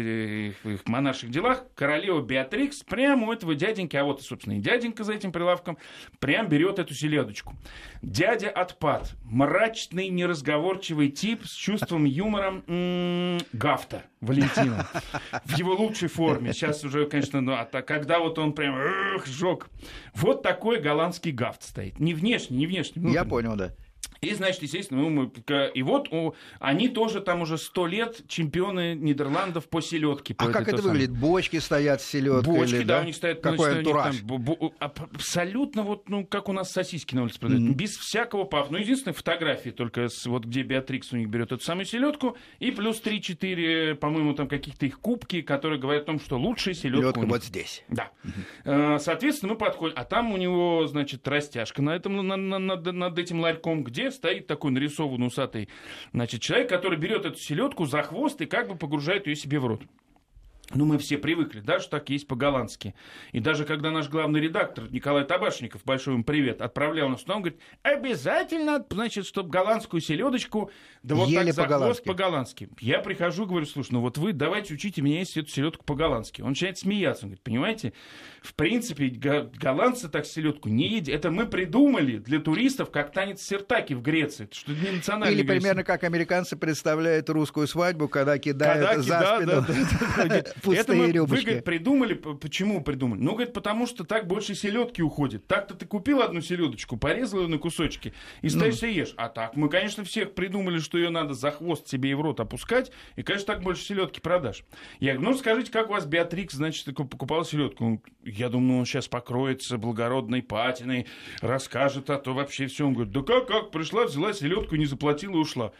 в их монарших делах. Королева Беатрикс прямо у этого дяденьки, а вот, собственно, и дяденька за этим прилавком, прям берет эту селедочку. Дядя Отпад, мрачный, неразговорчивый тип с чувством юмора м-м, Гафта Валентина. В его лучшей форме. Сейчас уже, конечно, ну, а когда вот он прям эх, жёг. Вот такой голландский Гафт стоит. Не внешне, не внешне. Внутренне. Я понял, да. И, значит, естественно, мы, и вот о, они тоже там уже сто лет чемпионы Нидерландов по селедке. А как это выглядит? Самое. Бочки стоят с селедкой? Бочки, или, да, да, у них стоят. Какой антураж? Там, бу- бу- абсолютно вот, ну, как у нас сосиски на улице продают. Mm-hmm. Без всякого пафа. Ну, единственное, фотографии только, с, вот где Беатрикс у них берет эту самую селедку, и плюс три-четыре, по-моему, там каких-то их кубки, которые говорят о том, что лучшая селедка вот здесь. Да. Mm-hmm. Соответственно, мы подходим. А там у него, значит, растяжка на этом, на, на, над, над этим ларьком, где стоит такой нарисованный усатый, значит, человек, который берет эту селедку за хвост и как бы погружает ее себе в рот. Ну, мы все привыкли, да, что так есть по-голландски. И даже когда наш главный редактор Николай Табашников, большой ему привет, отправлял нас туда, он говорит, обязательно, значит, чтобы голландскую селедочку, да вот Ели так за по-голландски. хвост по-голландски. Я прихожу, говорю, слушай, ну вот вы давайте учите меня есть эту селедку по-голландски. Он начинает смеяться, он говорит, понимаете, в принципе, голландцы так селедку не едят. Это мы придумали для туристов, как танец сертаки в Греции. Это что, не национальный. Или примерно как американцы представляют русскую свадьбу, когда кидают когда за кида, спину. Да, да, да. Пустые это мы, рюмочки. Вы, говорит, придумали, почему придумали? Ну, говорит, потому что так больше селедки уходит. Так-то ты купил одну селедочку, порезал ее на кусочки и стоишь ну. и ешь. А так мы, конечно, всех придумали, что ее надо за хвост себе и в рот опускать, и, конечно, так больше селедки продашь. Я говорю, ну, скажите, как у вас Беатрикс, значит, покупала селедку? Я думаю, он сейчас покроется благородной патиной, расскажет, а то вообще все. Он говорит, да как, как, пришла, взяла селедку, не заплатила и ушла.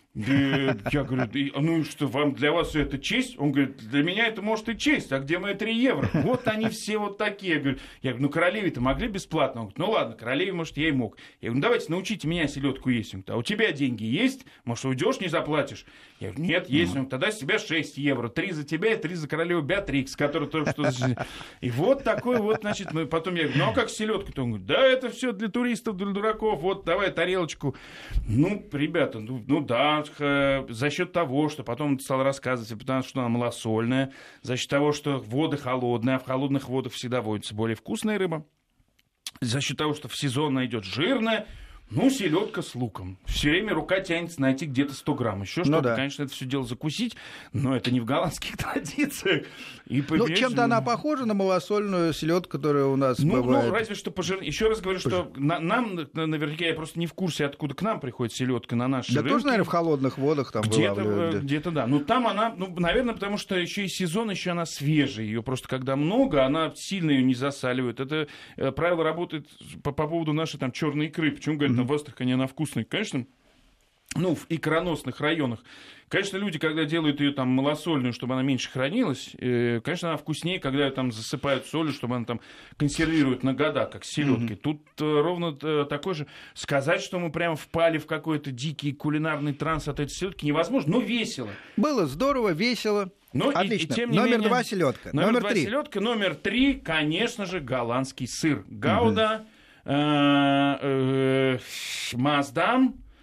Я говорю, ну что, вам для вас это честь? Он говорит, для меня это может и честь, а где мои три евро? Вот они все вот такие. Я говорю, я говорю ну королеве-то могли бесплатно? Он говорит, ну ладно, королеве, может, я и мог. Я говорю, ну давайте научите меня селедку есть. Он говорит, а у тебя деньги есть? Может, уйдешь, не заплатишь? Я говорю, нет, есть. Он говорит, тогда с тебя шесть евро. Три за тебя и три за королеву Беатрикс, которая только что... И вот такой вот, значит, мы потом я говорю, ну а как селедка-то? Он говорит, да это все для туристов, для дураков, вот давай тарелочку. Ну, ребята, ну, ну да, за счет того, что потом он стал рассказывать, потому что она малосольная, за счет того, что воды холодные, а в холодных водах всегда водится более вкусная рыба, за счет того, что в сезон она идет жирная, ну, селедка с луком. Все время рука тянется найти где-то сто грамм. Еще что-то, ну, да. Конечно, это все дело закусить, но это не в голландских традициях. И, ну, чем-то она похожа на малосольную селедку, которая у нас ну, бывает. Ну, разве что пожирнее. Еще раз говорю, что на, нам, наверняка, я просто не в курсе, откуда к нам приходит селедка на наши да рынки. Да тоже, наверное, в холодных водах там где-то, вылавливают. Где-то, да. Ну, там она, ну, наверное, потому что еще и сезон, еще она свежая. Ее просто, когда много, она сильно ее не засаливает. Это э, правило работает по, по поводу нашей там черной икры. Почему, говорят, mm-hmm. в Астрахани она вкусная? Конечно, ну, в икроносных районах. Конечно, люди, когда делают ее там малосольную, чтобы она меньше хранилась, э, конечно, она вкуснее, когда ее там засыпают солью, чтобы она там консервируют на года, как с селедкой. Mm-hmm. Тут э, ровно э, такой же. Сказать, что мы прямо впали в какой-то дикий кулинарный транс от этой селедки, невозможно, но весело. Было здорово, весело. Но отлично. И, и, тем не номер менее, два селедка. Номер, номер два три. селедка. Номер три, конечно же, голландский сыр. Гауда, mm-hmm. э, э, Маасдам.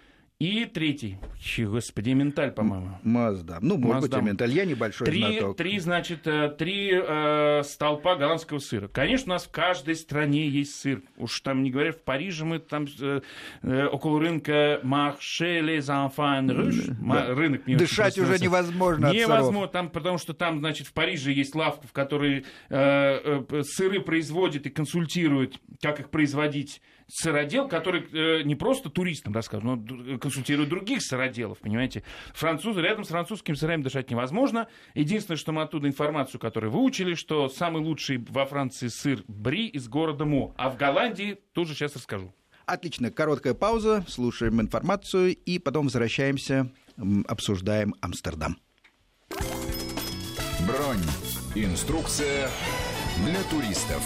И третий, Чи, господи, Эмменталь, по-моему. Маздам. Ну, может Маздам. быть, Эмменталь, я небольшой три, знаток. Три, значит, три э, столпа голландского сыра. Конечно, у нас в каждой стране есть сыр. Уж там, не говоря, в Париже мы там э, э, около рынка Marché les Enfants Rouges. Да. Рынок не Дышать уже невозможно от Невозможно, там, потому что там, значит, в Париже есть лавка, в которой э, э, сыры производят и консультируют, как их производить, сыродел, который э, не просто туристам рассказывает, но консультирует других сыроделов, понимаете. Французы, рядом с французскими сырами дышать невозможно. Единственное, что мы оттуда информацию, которую выучили, что самый лучший во Франции сыр Бри из города Мо, а в Голландии тоже сейчас расскажу. Отлично, короткая пауза, слушаем информацию и потом возвращаемся, обсуждаем Амстердам. Бронь. Инструкция для туристов.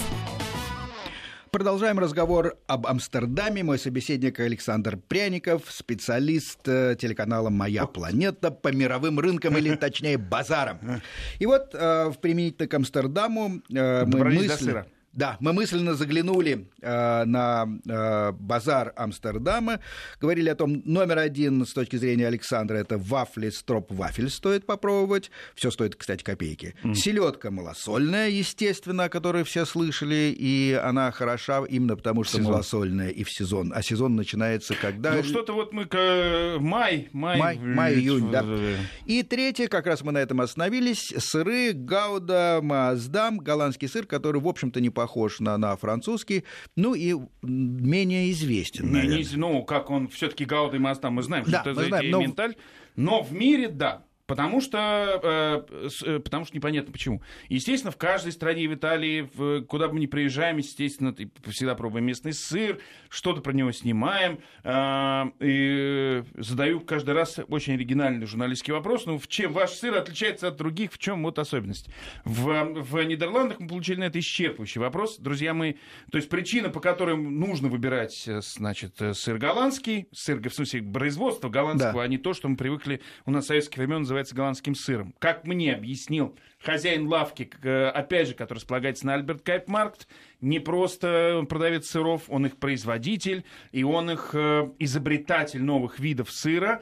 Продолжаем разговор об Амстердаме. Мой собеседник Александр Пряников, специалист телеканала «Моя планета» по мировым рынкам, или точнее базарам. И вот в применительно к Амстердаму мы мысленно... Да, мы мысленно заглянули э, на э, базар Амстердама, говорили о том, номер один с точки зрения Александра, это вафли, строп-вафель стоит попробовать, все стоит, кстати, копейки. Mm. Селедка малосольная, естественно, о которой все слышали, и она хороша именно потому, что сезон. Малосольная и в сезон, а сезон начинается когда... Ну, что-то вот мы... К... Май, май... Май, май, июнь, да. И третье, как раз мы на этом остановились, сыры Гауда Маасдам, голландский сыр, который, в общем-то, не похож на, на французский, ну и менее известен. Не, не, ну, как он все-таки Гауда и Маасдам, мы знаем, да, что мы это знаем, Эмменталь, но... но в мире, да. Потому что, э, потому что непонятно почему. Естественно, в каждой стране, в Италии, в, куда бы мы ни приезжаем, естественно, всегда пробуем местный сыр, что-то про него снимаем. Э, и задаю каждый раз очень оригинальный журналистский вопрос. Ну, в чем ваш сыр отличается от других, в чем вот особенность? В, в Нидерландах мы получили на это исчерпывающий вопрос. Друзья мои, то есть причина, по которой нужно выбирать, значит, сыр голландский, сыр, в смысле, производства голландского, да. А не то, что мы привыкли у нас в советских времен называть голландским сыром. Как мне объяснил хозяин лавки, опять же, который располагается на Альберт-Кайп-Маркт, не просто продавец сыров, он их производитель, и он их изобретатель новых видов сыра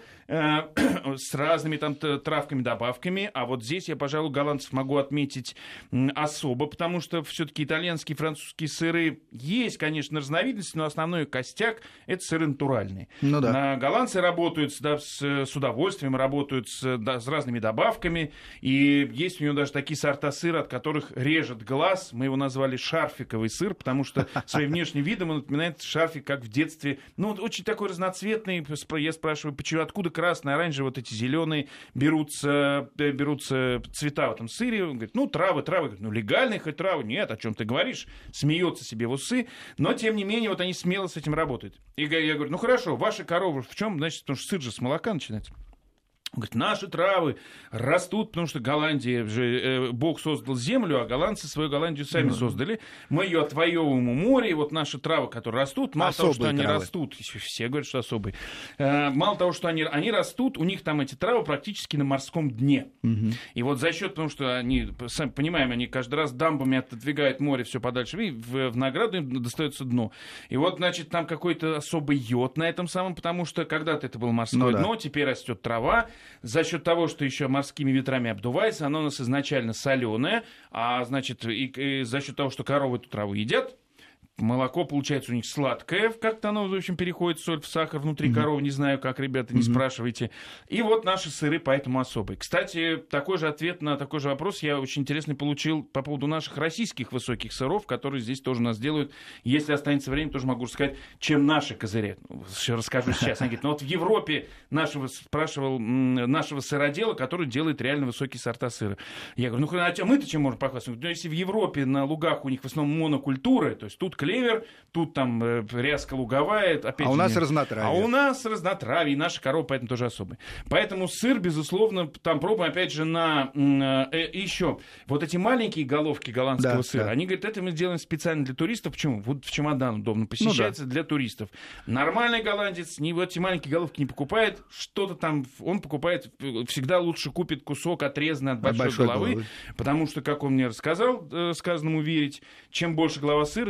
с разными там травками, добавками. А вот здесь я, пожалуй, голландцев могу отметить особо, потому что все-таки итальянские и французские сыры есть, конечно, разновидности, но основной костяк — это сыры натуральные. Ну да. Голландцы работают да, с, с удовольствием, работают с, да, с разными добавками, и есть у него даже такие сорта сыра, от которых режет глаз. Мы его назвали шарфиковый сыр, потому что своим внешним видом он напоминает шарфик, как в детстве. Ну, вот очень такой разноцветный. Я спрашиваю, почему, откуда красный, оранжевый, вот эти зеленые берутся, берутся цвета в этом сыре? Он говорит, ну, травы, травы. Говорит, ну, легальные хоть травы. Нет, о чем ты говоришь? Смеется себе в усы. Но, тем не менее, вот они смело с этим работают. И я говорю, ну, хорошо, ваши коровы в чем? Значит, потому что сыр же с молока начинается. Он говорит, наши травы растут, потому что Голландия же, э, Бог создал землю, а голландцы свою Голландию сами mm-hmm. создали. Мы ее отвоевываем у моря, и вот наши травы, которые растут, мало особые того, что они травы. Растут, все говорят, что особые, э, мало того, что они, они растут, у них там эти травы практически на морском дне. Mm-hmm. И вот за счет, потому что они, сами понимаем, они каждый раз дамбами отодвигают море все подальше, и в, в награду им достается дно. И вот, значит, там какой-то особый йод на этом самом, потому что когда-то это было морское ну, дно, да. Теперь растет трава. За счет того, что еще морскими ветрами обдувается, оно у нас изначально соленое, а значит, и, и за счет того, что коровы эту траву едят, молоко получается у них сладкое, как-то оно, в общем, переходит соль в сахар внутри mm-hmm. коровы, не знаю, как, ребята, не mm-hmm. спрашивайте. И вот наши сыры поэтому особые. Кстати, такой же ответ на такой же вопрос я очень интересный получил по поводу наших российских высоких сыров, которые здесь тоже у нас делают. Если останется время, тоже могу рассказать, чем наши козыри. Расскажу сейчас. Они говорят, ну вот в Европе нашего, спрашивал нашего сыродела, который делает реально высокие сорта сыра. Я говорю, ну а мы-то чем можем похвастаться? Ну, если в Европе на лугах у них в основном монокультуры, то есть тут клевер, тут там э, ряска луговая. Опять а же, у нас не... разнотравье. А у нас разнотравье, и наши коровы поэтому тоже особые. Поэтому сыр, безусловно, там пробуем, опять же, на... Э, еще вот эти маленькие головки голландского да, сыра, да. Они говорят, это мы делаем специально для туристов. Почему? Вот в чемодан удобно посещается, ну, да. Для туристов. Нормальный голландец не, вот эти маленькие головки не покупает, что-то там он покупает, всегда лучше купит кусок отрезанный от большой, от большой головы, головы, потому что, как он мне рассказал, э, сказанному верить, чем больше голова сыра, тем мягко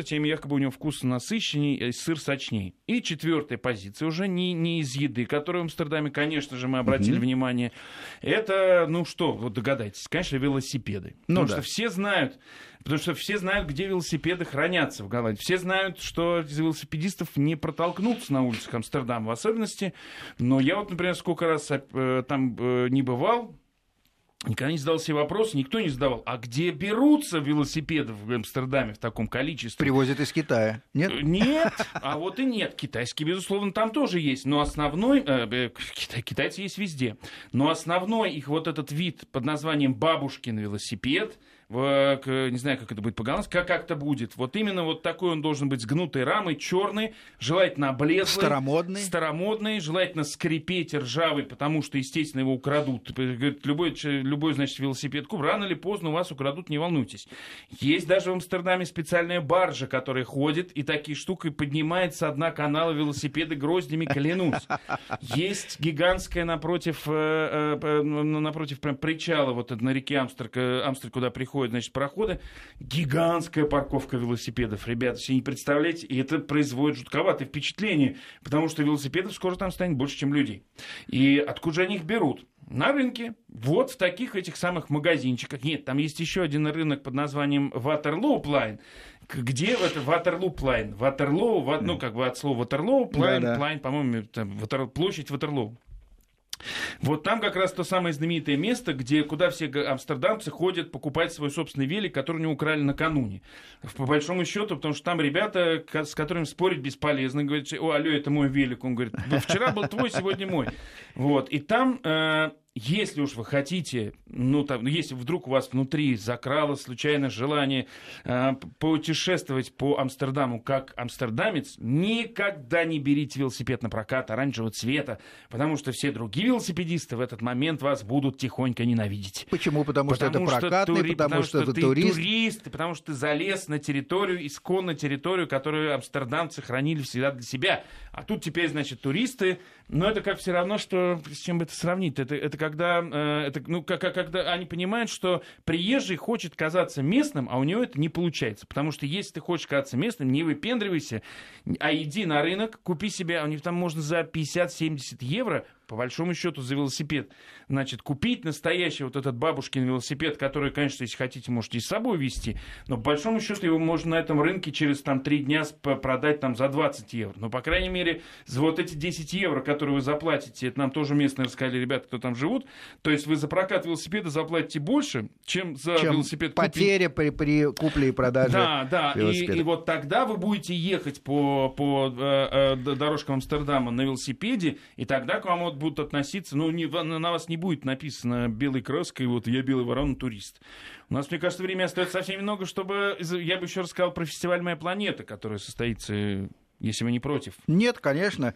якобы у него вкус насыщенней, сыр сочней. И четвертая позиция уже не, не из еды, которую в Амстердаме, конечно же, мы обратили mm-hmm. внимание. Это, ну что, вот догадайтесь, конечно, велосипеды. Ну, потому да. что все знают, потому что все знают, где велосипеды хранятся в Голландии. Все знают, что из велосипедистов не протолкнуться на улицах Амстердама в особенности. Но я вот, например, сколько раз э, там э, не бывал, никогда не задал себе вопрос, никто не задавал, а где берутся велосипеды в Амстердаме в таком количестве? Привозят из Китая, нет? Нет, а вот и нет. Китайские, безусловно, там тоже есть, но основной, э, китай, китайцы есть везде, но основной их вот этот вид под названием бабушкин велосипед, в, не знаю, как это будет по-голландски, как как-то будет. Вот именно вот такой он должен быть с гнутой рамой, черный, желательно облезлый. Старомодный. Старомодный, желательно скрипеть, ржавый, потому что, естественно, его украдут. Любой, любой значит, велосипед куп, рано или поздно у вас украдут, не волнуйтесь. Есть даже в Амстердаме специальная баржа, которая ходит, и такие штуки поднимается одна канала велосипеды гроздями, клянусь. Есть гигантская напротив, напротив прям причала, вот на реке Амстер, Амстер, куда приходит, значит, пароходы, гигантская парковка велосипедов, ребята, себе не представляете, и это производит жутковатое впечатление, потому что велосипедов скоро там станет больше, чем людей. И откуда же они их берут? На рынке, вот в таких этих самых магазинчиках. Нет, там есть еще один рынок под названием Waterloo-Плайн, где это Waterloo-Плайн, Waterloo, ну, как бы от слова Waterloo, Плайн, да, да. Плайн, по-моему, там, площадь Waterloo. Вот там как раз то самое знаменитое место, где, куда все амстердамцы ходят покупать свой собственный велик, который у него украли накануне. По большому счету, потому что там ребята, с которыми спорить бесполезно, говорят, о, алло, это мой велик. Он говорит, вчера был твой, сегодня мой. Вот. И там... Э- Если уж вы хотите, ну, там, если вдруг у вас внутри закралось случайно желание э, путешествовать по Амстердаму как амстердамец, никогда не берите велосипед на прокат оранжевого цвета, потому что все другие велосипедисты в этот момент вас будут тихонько ненавидеть. Почему? Потому, потому что это прокатный, тури... потому, потому что, что это ты турист. турист, потому что ты залез на территорию, исконно территорию, которую амстердамцы хранили всегда для себя. А тут теперь, значит, туристы. Но это как все равно, что с чем бы это сравнить? Это, это когда, э, это, ну, как, когда они понимают, что приезжий хочет казаться местным, а у него это не получается. Потому что если ты хочешь казаться местным, не выпендривайся, а иди на рынок, купи себе, у них там можно за пятьдесят-семьдесят евро, по большому счету, за велосипед. Значит, купить настоящий вот этот бабушкин велосипед, который, конечно, если хотите, можете и с собой везти, но по большому счету его можно на этом рынке через там, три дня продать там, за двадцать евро. Но, по крайней мере, за вот эти десять евро, которые вы заплатите, это нам тоже местные рассказали ребята, кто там живут, то есть вы за прокат велосипеда заплатите больше, чем за чем велосипед. Потеря при, при купле и продаже. Да, да, и, и вот тогда вы будете ехать по, по э, э, дорожкам Амстердама на велосипеде, и тогда к вам вот будут относиться, ну, не, на вас не будет написано белой краской, вот я белый ворон, турист. У нас, мне кажется, времени остается совсем немного, чтобы, я бы еще рассказал про фестиваль «Моя планета», который состоится, если вы не против. Нет, конечно.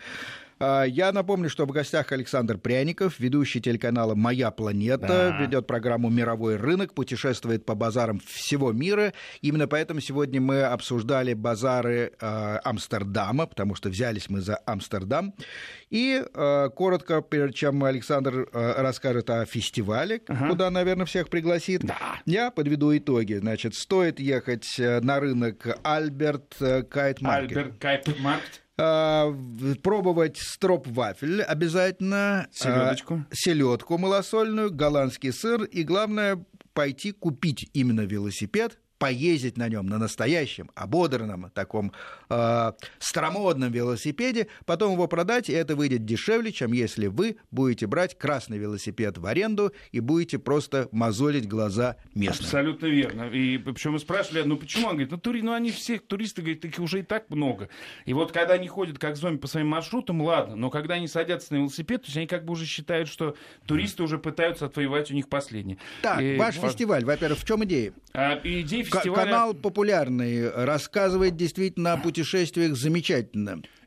Я напомню, что в гостях Александр Пряников, ведущий телеканала «Моя планета», да. ведет программу «Мировой рынок», путешествует по базарам всего мира. Именно поэтому сегодня мы обсуждали базары э, Амстердама, потому что взялись мы за Амстердам. И э, коротко, прежде чем Александр э, расскажет о фестивале, ага. куда, наверное, всех пригласит, да. я подведу итоги. Значит, стоит ехать на рынок Альберт Кайтмаркет. Альберт Кайтмаркет. Пробовать стропвафель обязательно, селедочку, селедку малосольную, голландский сыр и, главное, пойти купить именно велосипед, поездить на нем, на настоящем, ободранном, таком э, старомодном велосипеде, потом его продать, и это выйдет дешевле, чем если вы будете брать красный велосипед в аренду и будете просто мозолить глаза местным. Абсолютно верно. И причем мы спрашивали, ну почему? Он говорит, ну, тури... ну они все, туристы, говорят, их уже и так много. И вот когда они ходят как зомби по своим маршрутам, ладно, но когда они садятся на велосипед, то есть они как бы уже считают, что туристы уже пытаются отвоевать у них последнее. Так, и... ваш фестиваль, во-первых, в чем идея? А, идея фестиваля... Канал популярный, рассказывает действительно о путешествиях замечательно.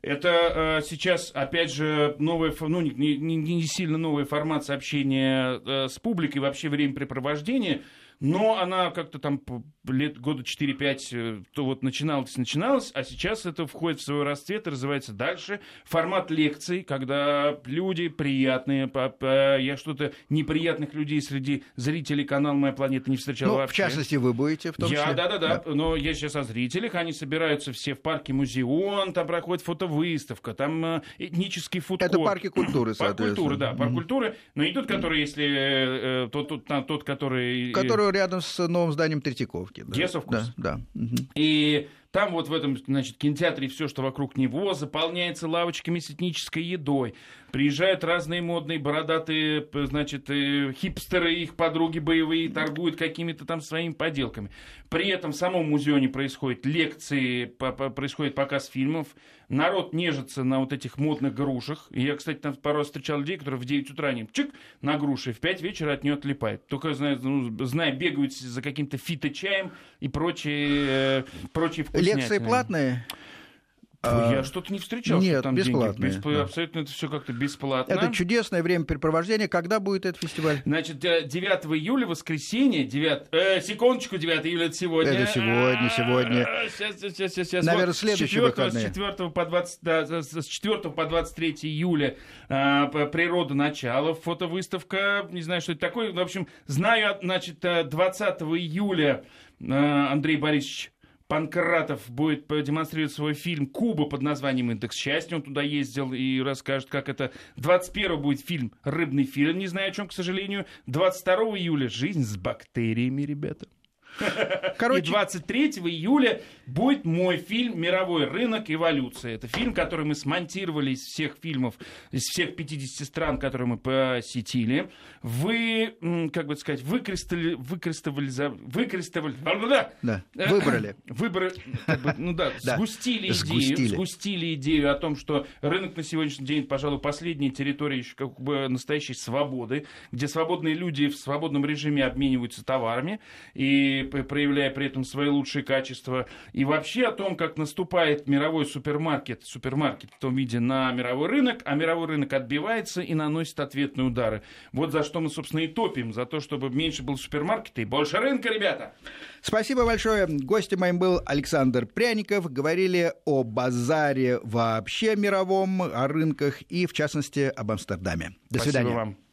Это э, сейчас, опять же, новая, ну, не, не, не сильно новый формат сообщения э, с публикой, вообще времяпрепровождения, но она как-то там лет года четыре-пять то вот начиналась, начиналась, а сейчас это входит в свой расцвет и развивается дальше. Формат лекций, когда люди приятные, я что-то неприятных людей среди зрителей канала «Моя планета» не встречал ну, вообще. В частности, вы будете в том числе? Я, да-да-да, да. Но я сейчас о зрителях, они собираются все в парке Музеон, там проходит фотовыставка, там этнический фудкорт. Это парки культуры, парк соответственно. Парк культуры, да, парк mm-hmm. культуры, но и тот, который, если, тот, тот, тот который... Который рядом с новым зданием Третьяковки. Да. Yes, of course. Да, да. Угу. И там вот в этом, значит, кинотеатре все, что вокруг него, заполняется лавочками с этнической едой. Приезжают разные модные, бородатые, значит, хипстеры, их подруги боевые, торгуют какими-то там своими поделками. При этом в самом музеоне происходят лекции, происходит показ фильмов. Народ нежится на вот этих модных грушах. И я, кстати, там пару раз встречал людей, которые в девять утра не чик на груши, в пять вечера от нее отлипает. Только, зная, ну, зная бегают за каким-то фиточаем и прочие, прочие вкуснятины. Лекции платные? Я что-то не встречал. Нет, что там бесплатные. Деньги. Бесп... Да. Абсолютно это все как-то бесплатно. Это чудесное времяпрепровождение. Когда будет этот фестиваль? Значит, девятого июля, воскресенье, девятого... Э, секундочку, девятого июля, это сегодня. Это сегодня, сегодня. Сейчас, сейчас, сейчас, сейчас. Наверное, вот, следующие выходные. С четвёртого по двадцать, да, с четвёртого по двадцать третье июля э, природа начала, фотовыставка, не знаю, что это такое. В общем, знаю, значит, двадцатого июля э, Андрей Борисович Панкратов будет демонстрировать свой фильм «Куба» под названием «Индекс счастья». Он туда ездил и расскажет, как это. двадцать первого будет фильм «Рыбный фильм», не знаю о чем, к сожалению. двадцать второго июля «Жизнь с бактериями», ребята. Короче... И двадцать третьего июля будет мой фильм «Мировой рынок. Эволюция». Это фильм, который мы смонтировали из всех фильмов, из всех пятидесяти стран, которые мы посетили. Вы, как бы сказать, выкристалли... выкристаллизовали... Выкристалли... Да, выбрали. Выбрали, как бы, ну да, да. Сгустили, сгустили идею, сгустили идею о том, что рынок на сегодняшний день, пожалуй, последняя территория еще как бы настоящей свободы, где свободные люди в свободном режиме обмениваются товарами и проявляя при этом свои лучшие качества. И вообще о том, как наступает мировой супермаркет, супермаркет в том виде на мировой рынок, а мировой рынок отбивается и наносит ответные удары. Вот за что мы, собственно, и топим. За то, чтобы меньше было супермаркета и больше рынка, ребята. Спасибо большое. Гостем моим был Александр Пряников. Говорили о базаре вообще мировом, о рынках и, в частности, об Амстердаме. До Спасибо свидания. вам.